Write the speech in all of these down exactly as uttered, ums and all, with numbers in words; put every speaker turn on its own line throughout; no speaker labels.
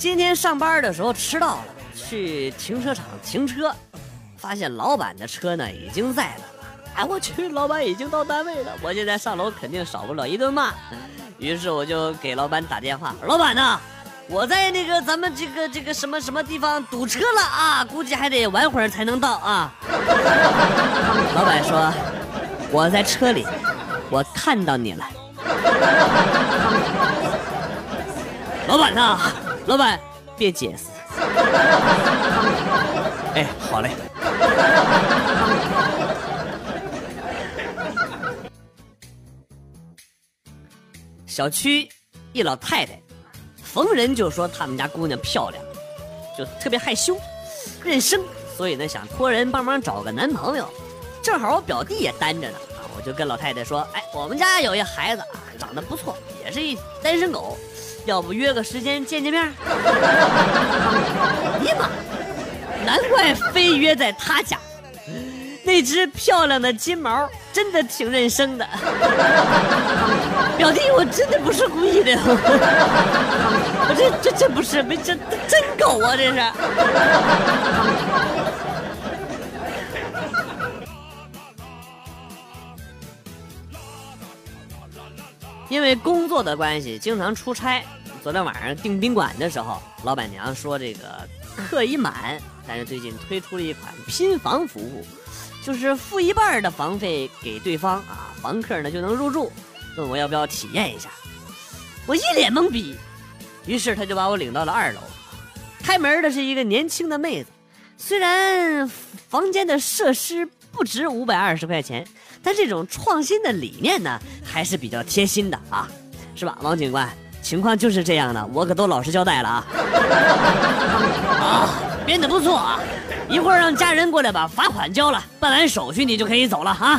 今天上班的时候迟到了，去停车场停车，发现老板的车呢已经在了。哎，我去，老板已经到单位了，我现在上楼肯定少不了一顿骂。于是我就给老板打电话，老板呢？我在那个咱们这个这个什么什么地方堵车了啊，估计还得晚会儿才能到啊。老板说，我在车里，我看到你了。老板呢？老板别解释。哎，好嘞。小区一老太太。逢人就说他们家姑娘漂亮，就特别害羞认生，所以呢想托人帮忙找个男朋友。正好我表弟也单着呢啊，我就跟老太太说，哎，我们家有一孩子啊，长得不错，也是一单身狗，要不约个时间见见面？尼玛，难怪非约在他家，那只漂亮的金毛真的挺认生的。表弟，我真的不是故意的，我这这这不是没真真狗啊，这是。因为工作的关系，经常出差。昨天晚上订宾馆的时候，老板娘说这个客已满，但是最近推出了一款拼房服务，就是付一半的房费给对方啊，房客呢就能入住。问我要不要体验一下，我一脸懵逼。于是他就把我领到了二楼，开门的是一个年轻的妹子。虽然房间的设施不值五百二十块钱，但这种创新的理念呢还是比较贴心的啊，是吧，王警官？情况就是这样的，我可都老实交代了啊。啊，编得不错啊，一会儿让家人过来把罚款交了，办完手续你就可以走了啊。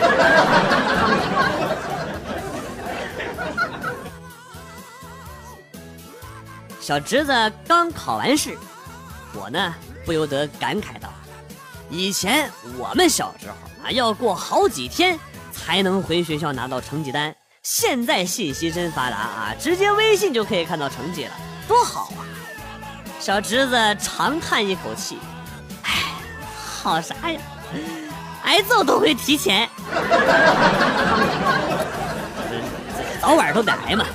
小侄子刚考完试，我呢不由得感慨道，以前我们小时候啊要过好几天才能回学校拿到成绩单，现在信息真发达啊，直接微信就可以看到成绩了，多好啊。小侄子长叹一口气，哎，好啥呀，挨揍都会提前。早晚都得挨嘛。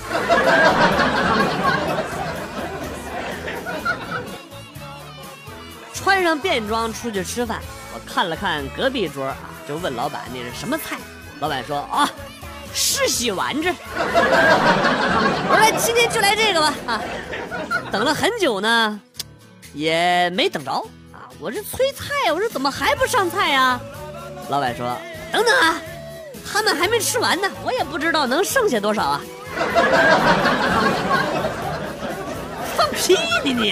穿上便装出去吃饭，我看了看隔壁桌啊，就问老板那是什么菜。老板说啊，世袭丸子。我说来，今天就来这个吧啊！等了很久呢，也没等着啊。我这催菜，我说怎么还不上菜呀？老板说等等啊，他们还没吃完呢，我也不知道能剩下多少啊。放屁呢你！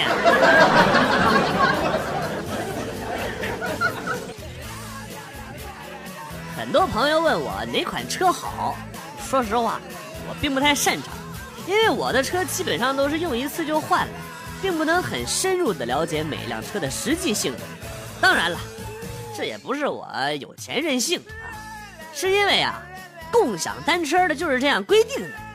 很多朋友问我哪款车好，说实话，我并不太擅长，因为我的车基本上都是用一次就换了，并不能很深入的了解每辆车的实际性能。当然了，这也不是我有钱任性啊，是因为啊，共享单车的就是这样规定的。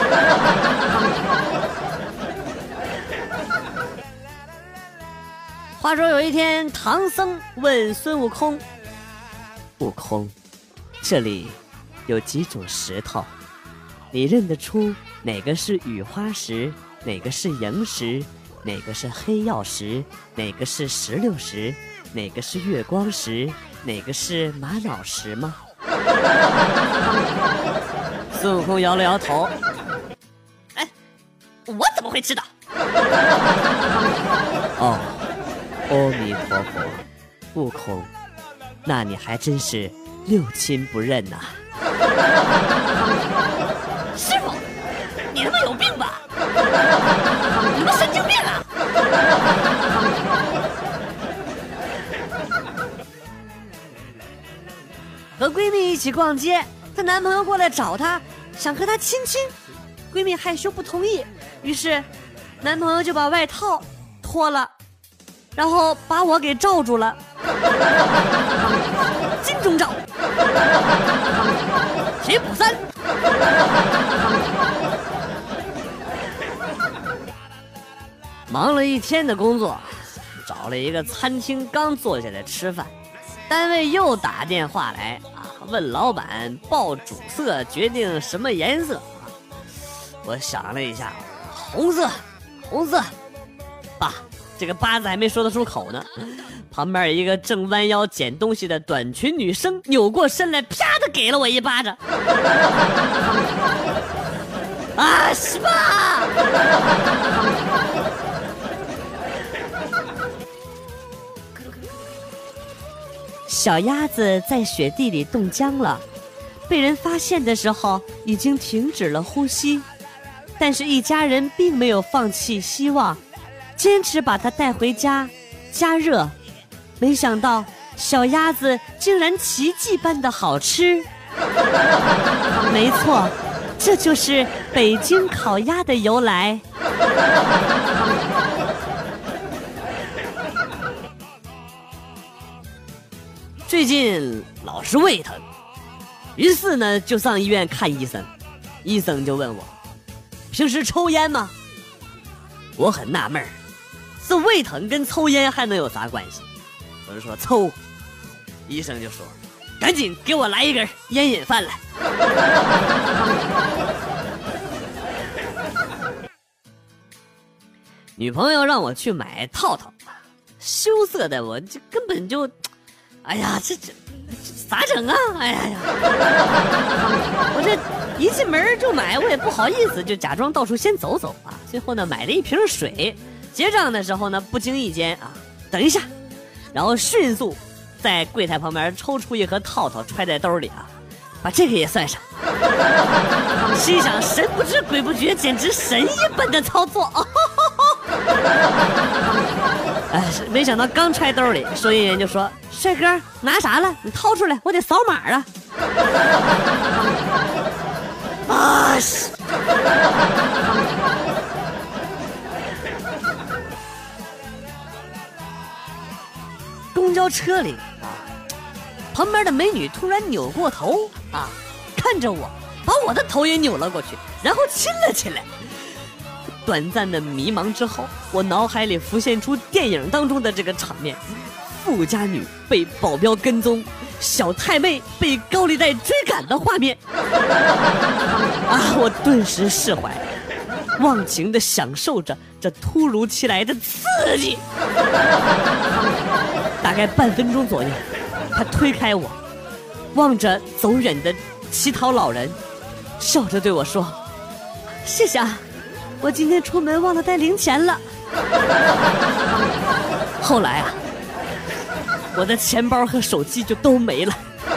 话说有一天，唐僧问孙悟空：“悟空，这里有几种石头，你认得出哪个是雨花石，哪个是萤石，哪个是黑曜石，哪个是石榴石，哪个是月光石，哪个是玛瑙石吗？”孙悟空摇了摇头：“哎，我怎么会知道？”哦，阿弥陀佛，悟空，那你还真是六亲不认呐、啊！师傅，你他妈有病吧？你们神经病啊！和闺蜜一起逛街，她男朋友过来找她，想和她亲亲，闺蜜害羞不同意，于是男朋友就把外套脱了，然后把我给罩住了。金钟罩，铁布衫。 忙了一天的工作，找了一个餐厅，刚坐下来吃饭，单位又打电话来啊，问老板报主色决定什么颜色啊？我想了一下，红色，红色。爸，这个八字还没说得出口呢，旁边一个正弯腰捡东西的短裙女生扭过身来，啪的给了我一巴掌。啊，是吧？小鸭子在雪地里冻僵了，被人发现的时候已经停止了呼吸，但是一家人并没有放弃希望，坚持把它带回家加热。没想到小鸭子竟然奇迹般的好吃。没错，这就是北京烤鸭的由来。最近老是胃疼，于是呢就上医院看医生。医生就问我，平时抽烟吗？我很纳闷，这胃疼跟抽烟还能有啥关系？我就说抽。医生就说，赶紧给我来一根烟瘾犯来。女朋友让我去买套套，羞涩的我这根本就，哎呀，这这咋整啊？哎呀呀，我这一进门就买，我也不好意思，就假装到处先走走啊。最后呢，买了一瓶水，结账的时候呢，不经意间啊，等一下，然后迅速在柜台旁边抽出一盒套套，揣在兜里啊，把这个也算上。心想神不知鬼不觉，简直神一般的操作。哎，没想到刚揣兜里，收银员就说：“帅哥，拿啥了？你掏出来，我得扫码了。”啊！公交车里啊，旁边的美女突然扭过头啊，看着我，把我的头也扭了过去，然后亲了起来。短暂的迷茫之后，我脑海里浮现出电影当中的这个场面：富家女被保镖跟踪，小太妹被高利贷追赶的画面。啊！我顿时释怀，忘情地享受着这突如其来的刺激。大概半分钟左右，他推开我，望着走远的乞讨老人，笑着对我说：“谢谢啊。我今天出门忘了带零钱了。”后来啊，我的钱包和手机就都没了。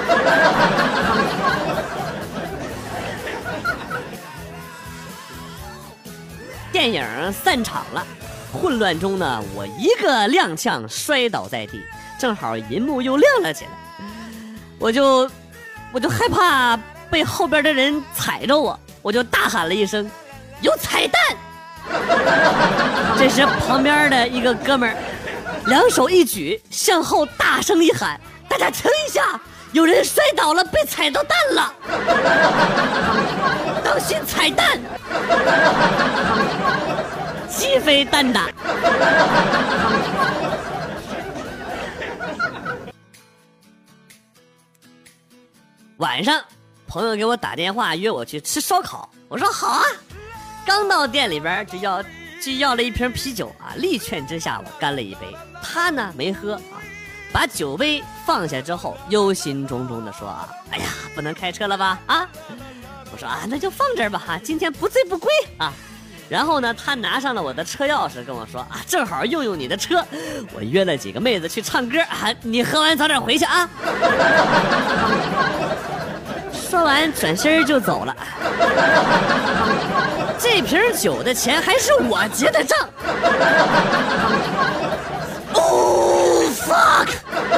电影散场了，混乱中呢，我一个踉跄摔倒在地，正好银幕又亮了起来，我就我就害怕被后边的人踩着我，我就大喊了一声：“有彩蛋！”这时旁边的一个哥们儿两手一举，向后大声一喊：“大家停一下，有人摔倒了，被踩到蛋了，当心彩蛋！”鸡飞蛋打。晚上朋友给我打电话约我去吃烧烤，我说好啊。刚到店里边就要就要了一瓶啤酒啊，力劝之下我干了一杯，他呢没喝啊，把酒杯放下之后忧心忡忡的说啊，哎呀，不能开车了吧啊？我说啊，那就放这儿吧哈，今天不醉不归啊。然后呢，他拿上了我的车钥匙跟我说啊，正好用用你的车，我约了几个妹子去唱歌啊，你喝完早点回去啊。说完转身就走了。这瓶酒的钱还是我结的账。Oh fuck！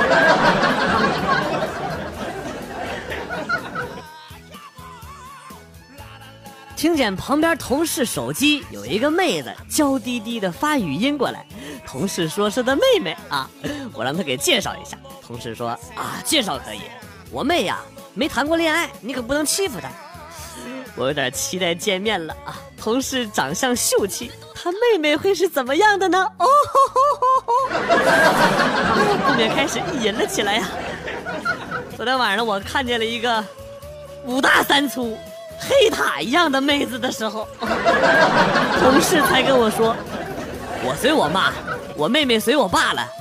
听见旁边同事手机有一个妹子娇滴滴的发语音过来，同事说是他妹妹啊，我让他给介绍一下。同事说啊，介绍可以，我妹呀没谈过恋爱，你可不能欺负她。我有点期待见面了啊！同同事长相秀气，他妹妹会是怎么样的呢？哦，吼吼吼吼不免开始意淫了起来呀。昨天晚上我看见了一个五大三粗黑塔一样的妹子的时候，同事才跟我说，我随我妈，我妹妹随我爸了。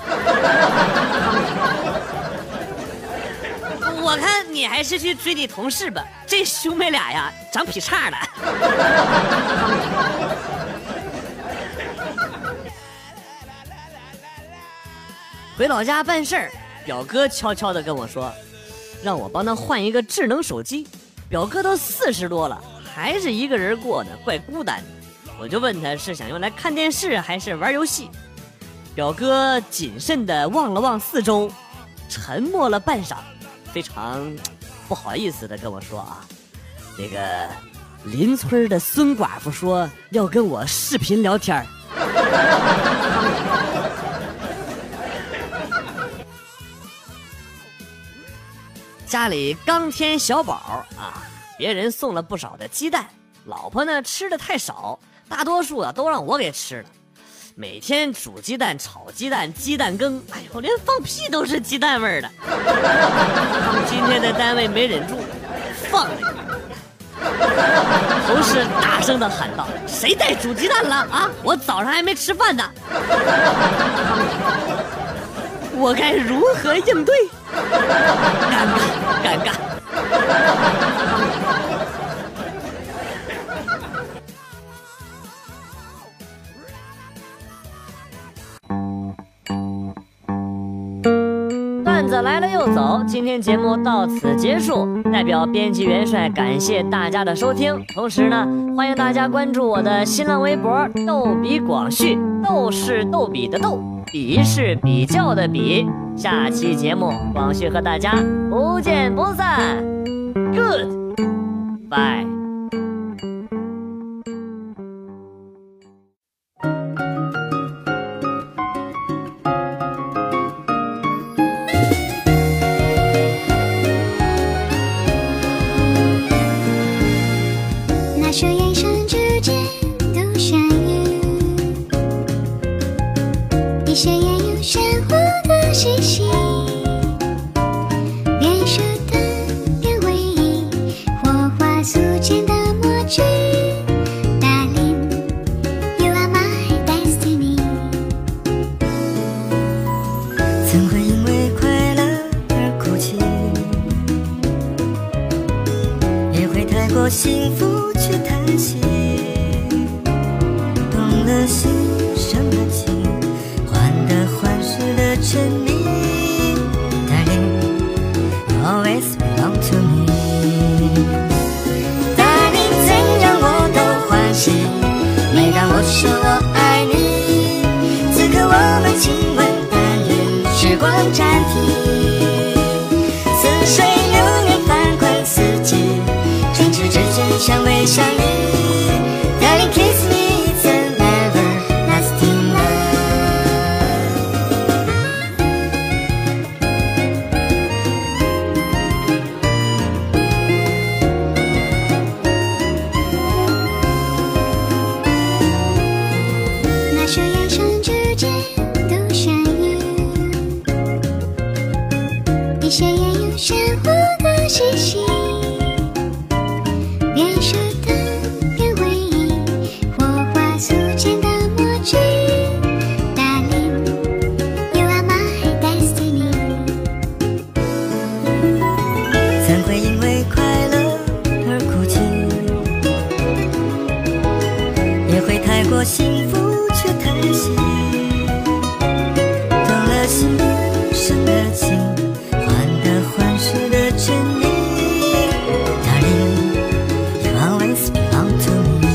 我看你还是去追你同事吧，这兄妹俩呀长劈叉了。回老家办事儿，表哥悄悄地跟我说，让我帮他换一个智能手机。表哥都四十多了，还是一个人过呢，怪孤单的。我就问他是想用来看电视还是玩游戏。表哥谨慎地望了望四周，沉默了半晌，非常不好意思地跟我说啊，那个邻村的孙寡妇说要跟我视频聊天。家里刚添小宝啊，别人送了不少的鸡蛋，老婆呢吃的太少，大多数啊都让我给吃了。每天煮鸡蛋、炒鸡蛋、鸡蛋羹，哎呦，连放屁都是鸡蛋味儿的。今天在单位没忍住，放了一个。同事大声地喊道：“谁带煮鸡蛋了啊？我早上还没吃饭呢！”我该如何应对？尴尬，尴尬。段子来了又走，今天节目到此结束。代表编辑元帅感谢大家的收听，同时呢，欢迎大家关注我的新浪微博“逗比广旭”，逗是逗比的逗，比是比较的比。下期节目，广旭和大家不见不散。Goodbye。
那双眼神之间都相遇，一些也有鲜活的气息，边说的边回忆，火花素简的默剧。Darling, you are my destiny。
怎会因为快乐而哭泣？也会太过幸福去叹息。动了心，生了情，患得患失的沉迷。Darling, you always belong to me。 Darling， 怎样我都欢喜，每当我说我爱你，此刻我们亲吻但愿时光暂停。似水流年翻滚四季，唇齿之间相偎相依。Darling, kiss me, it's an everlasting love。
那双眼神之间都相遇，一些也有鲜活的气息，边说的边回忆，火花素简的默剧。Darling, you are my destiny。
怎会因为快乐而哭泣？也会太过幸福却叹息。动了心，生了情，患得患失的沉迷。Darling, you always belong to me。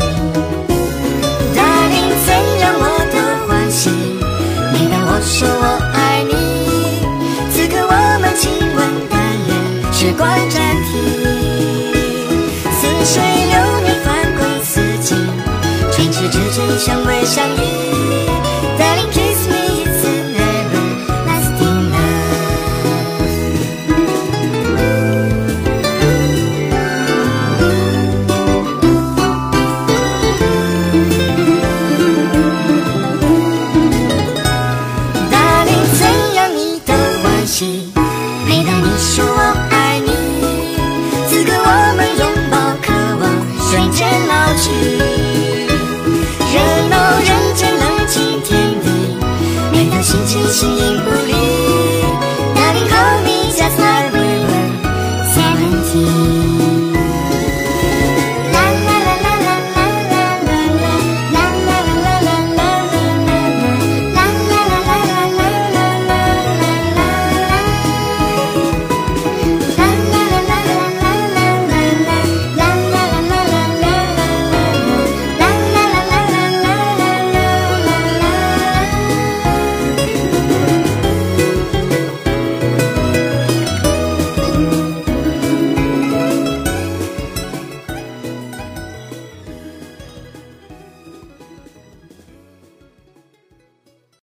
Darling， 怎样我都欢喜，每当我说我爱你，此刻我们亲吻但愿时光暂停。似水流年翻滚四季，唇齿之间相偎相依。Darling, kiss me, it's an everlasting love。 Darling, 心音不